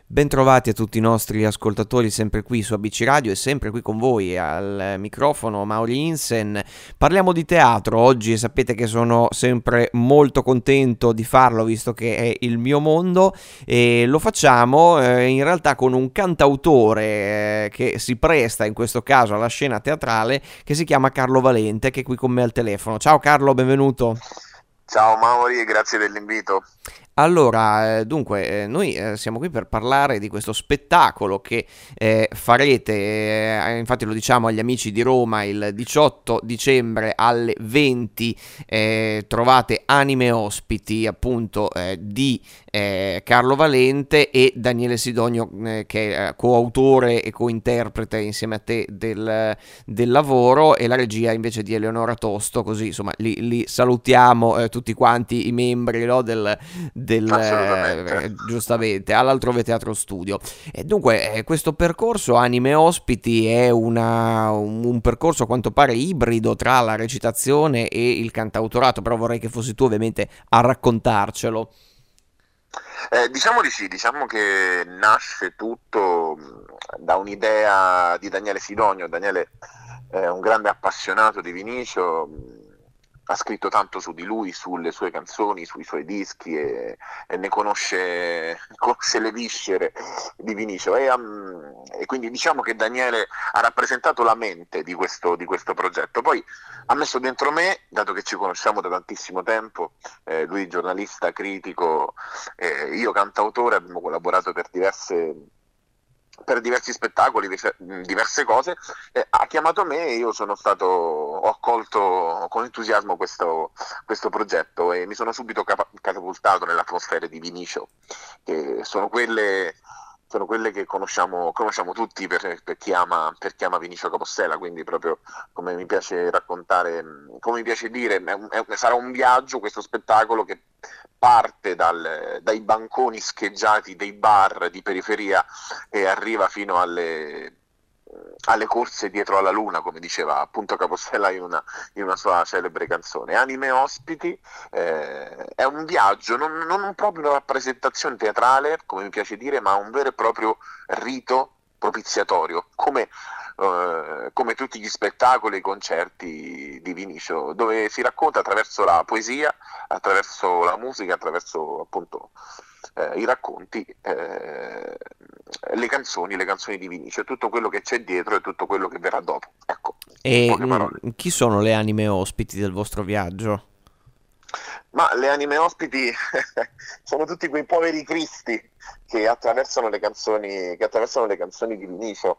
Bentrovati a tutti i nostri ascoltatori, sempre qui su ABC Radio e sempre qui con voi al microfono Mauri Insen. Parliamo di teatro oggi e sapete che sono sempre molto contento di farlo visto che è il mio mondo, e lo facciamo in realtà con un cantautore che si presta in questo caso alla scena teatrale, che si chiama Carlo Valente, che è qui con me al telefono. Ciao Carlo, benvenuto. Ciao Mauri, grazie dell'invito. Allora, dunque, noi siamo qui per parlare di questo spettacolo che farete, infatti lo diciamo agli amici di Roma, il 18 dicembre alle 20 trovate Anime Ospiti, appunto, di Carlo Valente e Daniele Sidonio, che è coautore e cointerprete insieme a te del lavoro, e la regia invece di Eleonora Tosto, così insomma li salutiamo tutti quanti i membri, no, Assolutamente. giustamente all'Altrove Teatro Studio. E dunque questo percorso Anime Ospiti è un percorso a quanto pare ibrido tra la recitazione e il cantautorato, però vorrei che fossi tu ovviamente a raccontarcelo. Diciamo di sì, diciamo che nasce tutto da un'idea di Daniele Sidonio. Daniele è un grande appassionato di Vinicio, ha scritto tanto su di lui, sulle sue canzoni, sui suoi dischi e conosce le viscere di Vinicio e quindi diciamo che Daniele ha rappresentato la mente di questo progetto. Poi ha messo dentro me, dato che ci conosciamo da tantissimo tempo, lui giornalista, critico, io cantautore, abbiamo collaborato per diversi spettacoli, diverse cose, ha chiamato me e io ho accolto con entusiasmo questo progetto e mi sono subito catapultato nell'atmosfera di Vinicio, che sono quelle che conosciamo tutti per chi ama Vinicio Capostela, quindi proprio come mi piace raccontare, come mi piace dire, sarà un viaggio questo spettacolo che parte dai banconi scheggiati dei bar di periferia e arriva fino alle corse dietro alla luna, come diceva appunto Capostela in una sua celebre canzone. Anime Ospiti è un viaggio, non proprio una rappresentazione teatrale, come mi piace dire, ma un vero e proprio rito propiziatorio, come tutti gli spettacoli e i concerti di Vinicio, dove si racconta attraverso la poesia, attraverso la musica, attraverso appunto i racconti, le canzoni di Vinicio, tutto quello che c'è dietro e tutto quello che verrà dopo. Ecco, in E poche parole. chi sono le anime ospiti del vostro viaggio? Ma le anime ospiti sono tutti quei poveri cristi che attraversano le canzoni di Vinicio,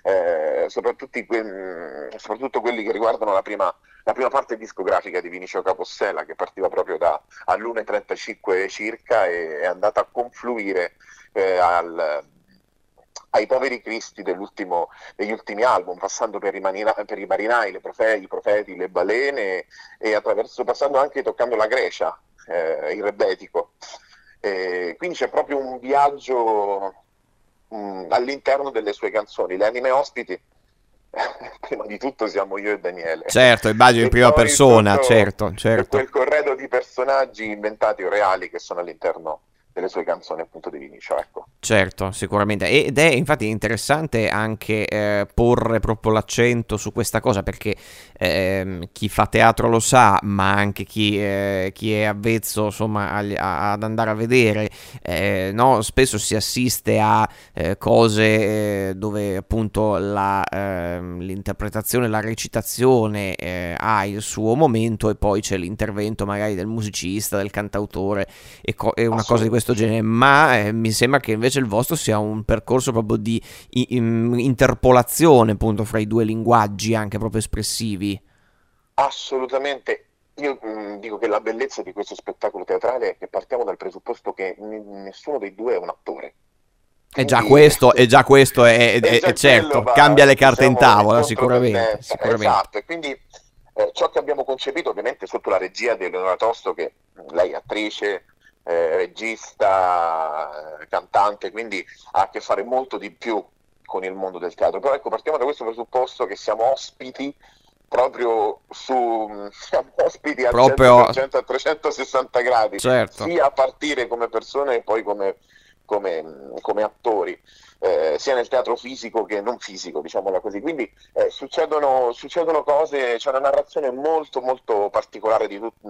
soprattutto quelli che riguardano la prima parte discografica di Vinicio Capostela, che partiva proprio all'1.35 circa e è andata a confluire eh, al- ai poveri cristi degli ultimi album, passando per i marinai, i profeti, le balene e passando anche toccando la Grecia, il rebetico. Quindi c'è proprio un viaggio all'interno delle sue canzoni. Le anime ospiti, prima di tutto siamo io e Daniele, Certo, immagino in e prima poi persona, tutto certo, certo. quel corredo di personaggi inventati o reali che sono all'interno delle sue canzoni, appunto di Vinicio, ecco. Certo, sicuramente. Ed è infatti interessante anche porre proprio l'accento su questa cosa, perché chi fa teatro lo sa, ma anche chi è avvezzo, insomma, ad andare a vedere, no? Spesso si assiste a cose dove appunto l'interpretazione, la recitazione ha il suo momento, e poi c'è l'intervento magari del musicista, del cantautore e una cosa di questo Assolutamente. genere, ma mi sembra che invece il vostro sia un percorso proprio di interpolazione appunto fra i due linguaggi anche proprio espressivi. Assolutamente. Io dico che la bellezza di questo spettacolo teatrale è che partiamo dal presupposto che nessuno dei due è un attore. Quindi E già questo è è già quello, certo, cambia le carte in diciamo, in tavola sicuramente, controtendenza. sicuramente. Esatto, e quindi ciò che abbiamo concepito ovviamente sotto la regia di Eleonora Tosto, che lei è attrice, regista, cantante, quindi ha a che fare molto di più con il mondo del teatro. Però ecco, partiamo da questo presupposto che siamo ospiti al Proprio 100%, a 360 gradi, certo. sia a partire come persone e poi come come attori, sia nel teatro fisico che non fisico, diciamola così. Quindi succedono cose, c'è una narrazione molto molto particolare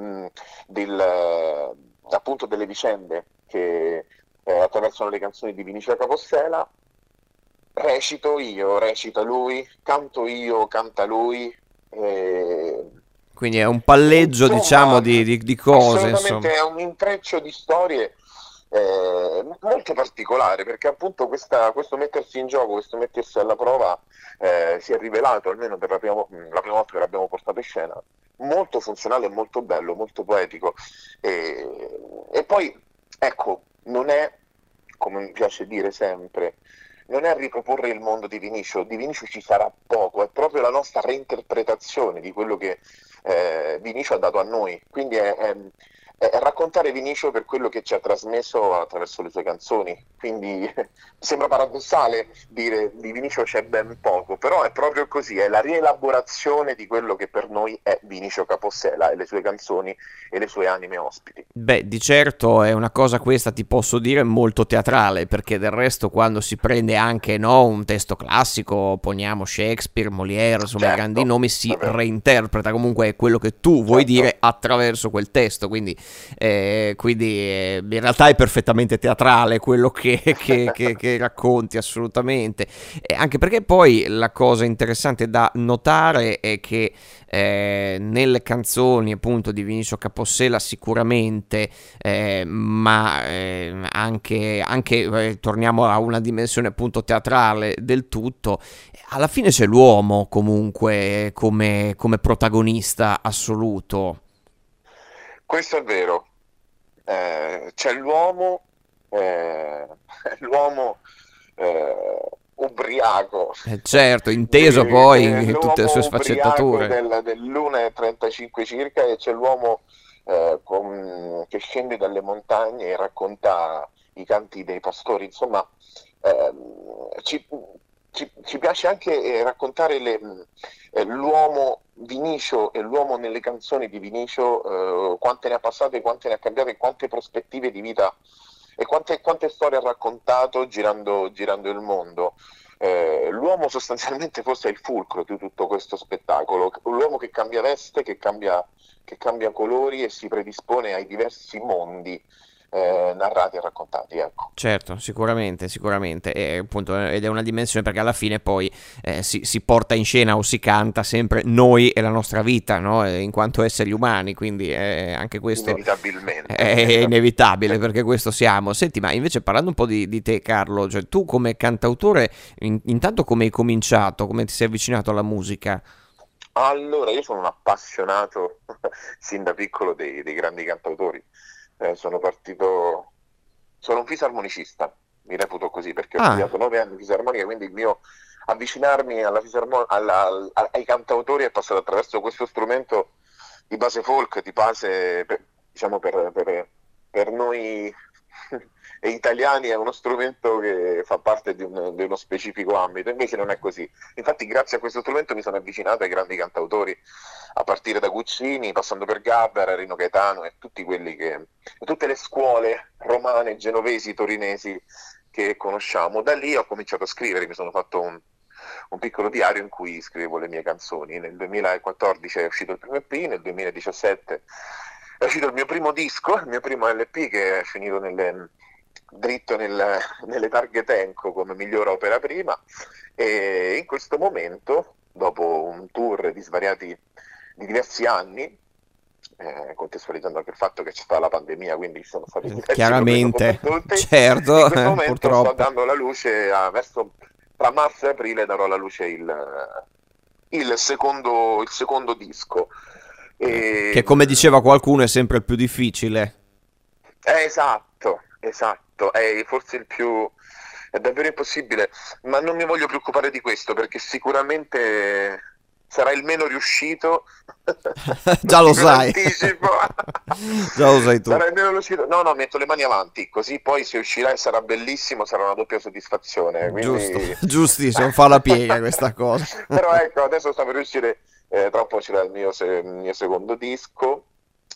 appunto delle vicende che attraversano le canzoni di Vinicio Capossela. Recito io, recita lui, canto io, canta lui. eh, Quindi è un palleggio, diciamo, Insomma, di cose, insomma. assolutamente è un intreccio di storie molto particolare, perché appunto questo mettersi in gioco, questo mettersi alla prova si è rivelato, almeno per la prima volta che l'abbiamo portato in scena, molto funzionale, molto bello, molto poetico. E poi, ecco, non è, come mi piace dire sempre, non è riproporre il mondo di Vinicio ci sarà poco, è proprio la nostra reinterpretazione di quello che Vinicio ha dato a noi, quindi è raccontare Vinicio per quello che ci ha trasmesso attraverso le sue canzoni, quindi sembra paradossale dire di Vinicio c'è ben poco, però è proprio così, è la rielaborazione di quello che per noi è Vinicio Capossela e le sue canzoni e le sue anime ospiti. Beh, di certo è una cosa questa, ti posso dire, molto teatrale, perché del resto quando si prende anche, no, un testo classico, poniamo Shakespeare, Molière, insomma i grandi Certo, nomi, si è vero, reinterpreta comunque quello che tu vuoi certo. dire attraverso quel testo, quindi in realtà è perfettamente teatrale quello che racconti, assolutamente. E anche perché poi la cosa interessante da notare è che nelle canzoni appunto di Vinicio Capossela sicuramente, ma anche torniamo a una dimensione appunto teatrale del tutto, alla fine c'è l'uomo comunque come protagonista assoluto. Questo è vero. C'è l'uomo, l'uomo ubriaco, Certo, inteso poi in tutte le sue l'uomo ubriaco sfaccettature. dell'1,35 circa, e c'è l'uomo che scende dalle montagne e racconta i canti dei pastori. Insomma, ci, ci piace anche raccontare l'uomo Vinicio e l'uomo nelle canzoni di Vinicio, quante ne ha passate, quante ne ha cambiate, quante prospettive di vita e quante storie ha raccontato girando il mondo. L'uomo sostanzialmente forse è il fulcro di tutto questo spettacolo, l'uomo che cambia veste, che cambia colori e si predispone ai diversi mondi narrati e raccontati, ecco. Certo, sicuramente, e, appunto, ed è una dimensione perché alla fine poi si porta in scena o si canta sempre noi e la nostra vita, no? In quanto esseri umani, quindi anche questo Inevitabilmente, è inevitabile perché questo siamo. Senti, ma invece parlando un po' di te Carlo, cioè tu come cantautore, intanto come hai cominciato, come ti sei avvicinato alla musica? Allora, io sono un appassionato sin da piccolo dei grandi cantautori. Sono partito, sono un fisarmonicista, mi reputo così perché ho Ah, studiato 9 anni di fisarmonica, quindi il mio avvicinarmi ai cantautori è passato attraverso questo strumento di base folk, di base, diciamo, per noi e italiani è uno strumento che fa parte di uno specifico ambito, invece non è così. Infatti, grazie a questo strumento mi sono avvicinato ai grandi cantautori, a partire da Guccini, passando per Gaber, Rino Gaetano e tutte le scuole romane, genovesi, torinesi che conosciamo. Da lì ho cominciato a scrivere, mi sono fatto un piccolo diario in cui scrivevo le mie canzoni. Nel 2014 è uscito il primo EP, nel 2017 è uscito il mio primo disco, il mio primo LP che è finito dritto nelle targhe Tenco come miglior opera prima, e in questo momento, dopo un tour di diversi anni, contestualizzando anche il fatto che c'è stata la pandemia, quindi ci sono stati diversi problemi come per chiaramente, tutti, in certo, questo momento sto purtroppo. dando la luce verso tra marzo e aprile darò alla luce il secondo disco. Che E, come diceva qualcuno è sempre il più difficile. esatto, esatto, è forse è davvero impossibile, ma non mi voglio preoccupare di questo perché sicuramente sarà il meno riuscito, lo Già lo dico in sai. anticipo, Già lo sai tu. sarà il meno riuscito, no, no, metto le mani avanti, così poi se uscirà e sarà bellissimo, sarà una doppia soddisfazione, Giusto, quindi... giustissimo, fa la piega questa cosa. Però ecco, adesso sta per uscire, tra un po' c'era il mio secondo disco,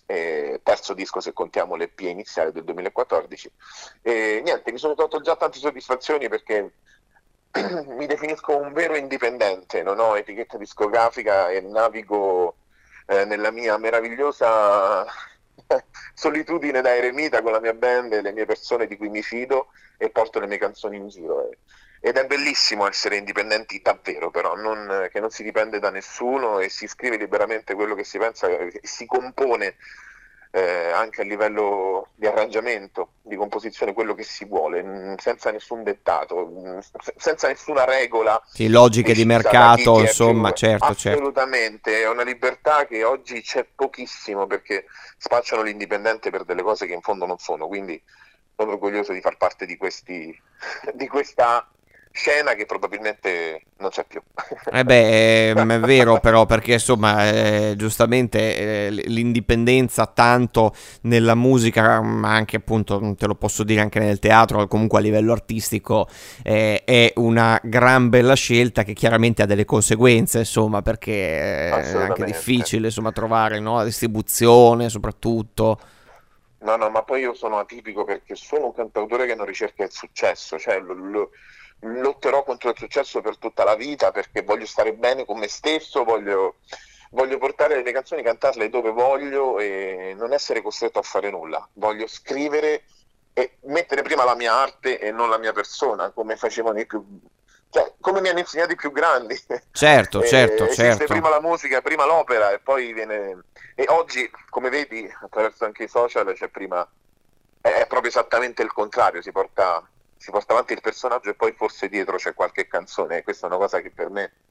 terzo disco se contiamo l'EP iniziale del 2014. E niente, mi sono tolto già tante soddisfazioni perché mi definisco un vero indipendente, non ho etichetta discografica e navigo nella mia meravigliosa solitudine da eremita con la mia band e le mie persone di cui mi fido e porto le mie canzoni in giro. Ed è bellissimo essere indipendenti davvero, però, che non si dipende da nessuno e si scrive liberamente quello che si pensa e si compone anche a livello di arrangiamento, di composizione, quello che si vuole, senza nessun dettato, senza nessuna regola Sì, logiche di decisa da chi mercato, ti è più. insomma, certo, certo. Assolutamente, è una libertà che oggi c'è pochissimo perché spacciano l'indipendente per delle cose che in fondo non sono, quindi sono orgoglioso di far parte di di questa scena che probabilmente non c'è più. Eh beh, è vero però perché insomma giustamente l'indipendenza tanto nella musica ma anche appunto te lo posso dire anche nel teatro comunque a livello artistico è una gran bella scelta che chiaramente ha delle conseguenze insomma perché è anche Assolutamente. difficile insomma trovare no, la distribuzione soprattutto. No, no, ma poi io sono atipico perché sono un cantautore che non ricerca il successo, cioè lotterò contro il successo per tutta la vita perché voglio stare bene con me stesso, voglio portare le mie canzoni, cantarle dove voglio e non essere costretto a fare nulla. Voglio scrivere e mettere prima la mia arte e non la mia persona, come facevano i più, cioè, come mi hanno insegnato i più grandi. Certo, certo, Esiste certo. prima la musica, prima l'opera e poi viene. E oggi, come vedi, attraverso anche i social, c'è prima. È proprio esattamente il contrario, si porta avanti il personaggio e poi forse dietro c'è qualche canzone. Questa è una cosa che per me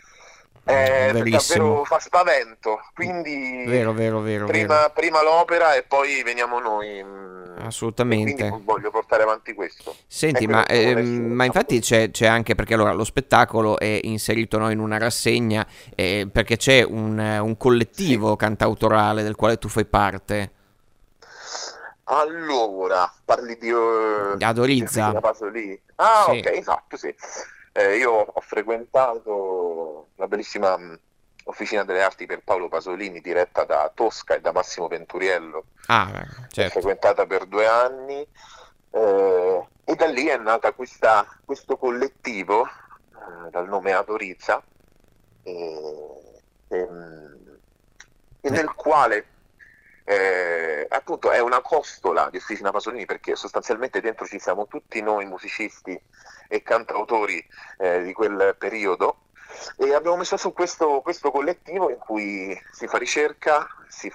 Verissimo. davvero fa spavento. Quindi Vero, vero, vero, vero. prima l'opera e poi veniamo noi. E quindi Assolutamente. voglio portare avanti questo. E Senti, qui non sono nessuno, ma diciamo infatti così. c'è anche perché allora lo spettacolo è inserito no, in una rassegna perché c'è un Sì. collettivo cantautorale del quale tu fai parte, Allora, parli di Adorizza. Officina Pasolini? Ah, ok, Sì. esatto, sì. Io ho frequentato la bellissima Officina delle Arti per Paolo Pasolini, diretta da Tosca e da Massimo Venturiello. Ah, L'ho certo. frequentata per 2 anni e da lì è nata questo collettivo dal nome Adorizza e, e Eh, nel quale appunto è una costola di Officina Pasolini perché sostanzialmente dentro ci siamo tutti noi musicisti e cantautori di quel periodo e abbiamo messo su questo collettivo in cui si fa ricerca,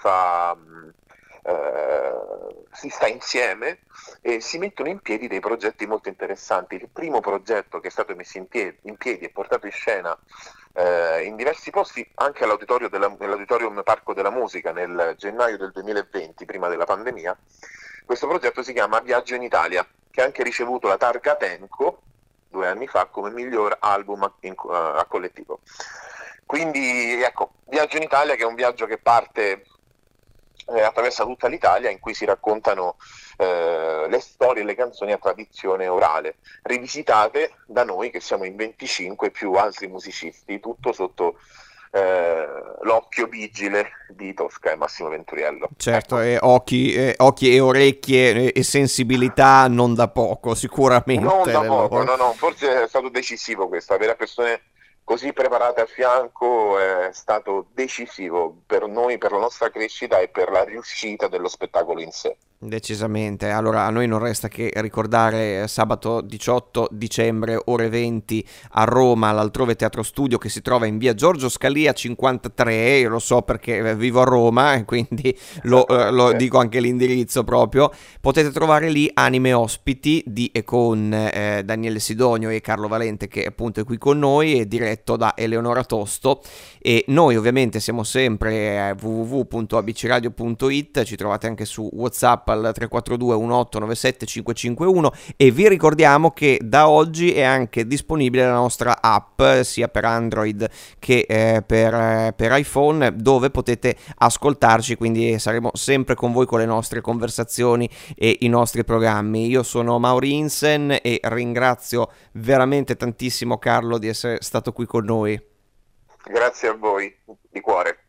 si sta insieme e si mettono in piedi dei progetti molto interessanti. Il primo progetto che è stato messo in piedi e portato in scena in diversi posti, anche nell'Auditorium Parco della Musica nel gennaio del 2020, prima della pandemia. Questo progetto si chiama Viaggio in Italia, che ha anche ricevuto la targa Tenco 2 anni fa come miglior album a collettivo. Quindi ecco, Viaggio in Italia che è un viaggio che parte attraversa tutta l'Italia in cui si raccontano le storie e le canzoni a tradizione orale, rivisitate da noi che siamo in 25 più altri musicisti, tutto sotto l'occhio vigile di Tosca e Massimo Venturiello. certo, Ecco. occhi e orecchie e sensibilità non da poco, Non sicuramente da le poco, loro. no, no, forse è stato decisivo questo, avere persone così preparate a fianco è stato decisivo per noi, per la nostra crescita e per la riuscita dello spettacolo in sé. Decisamente, allora a noi non resta che ricordare sabato 18 dicembre ore 20 a Roma all'Altrove Teatro Studio che si trova in via Giorgio Scalia 53, io lo so perché vivo a Roma e quindi lo Esattamente. dico anche l'indirizzo proprio, potete trovare lì anime ospiti di e con Daniele Sidonio e Carlo Valente che appunto è qui con noi, è diretto da Eleonora Tosto e noi ovviamente siamo sempre www.abcradio.it, ci trovate anche su WhatsApp al 342 1897 551 e vi ricordiamo che da oggi è anche disponibile la nostra app sia per Android che per iPhone dove potete ascoltarci, quindi saremo sempre con voi con le nostre conversazioni e i nostri programmi. Io sono Mauri Insen e ringrazio veramente tantissimo Carlo di essere stato qui con noi. Grazie a voi, di cuore.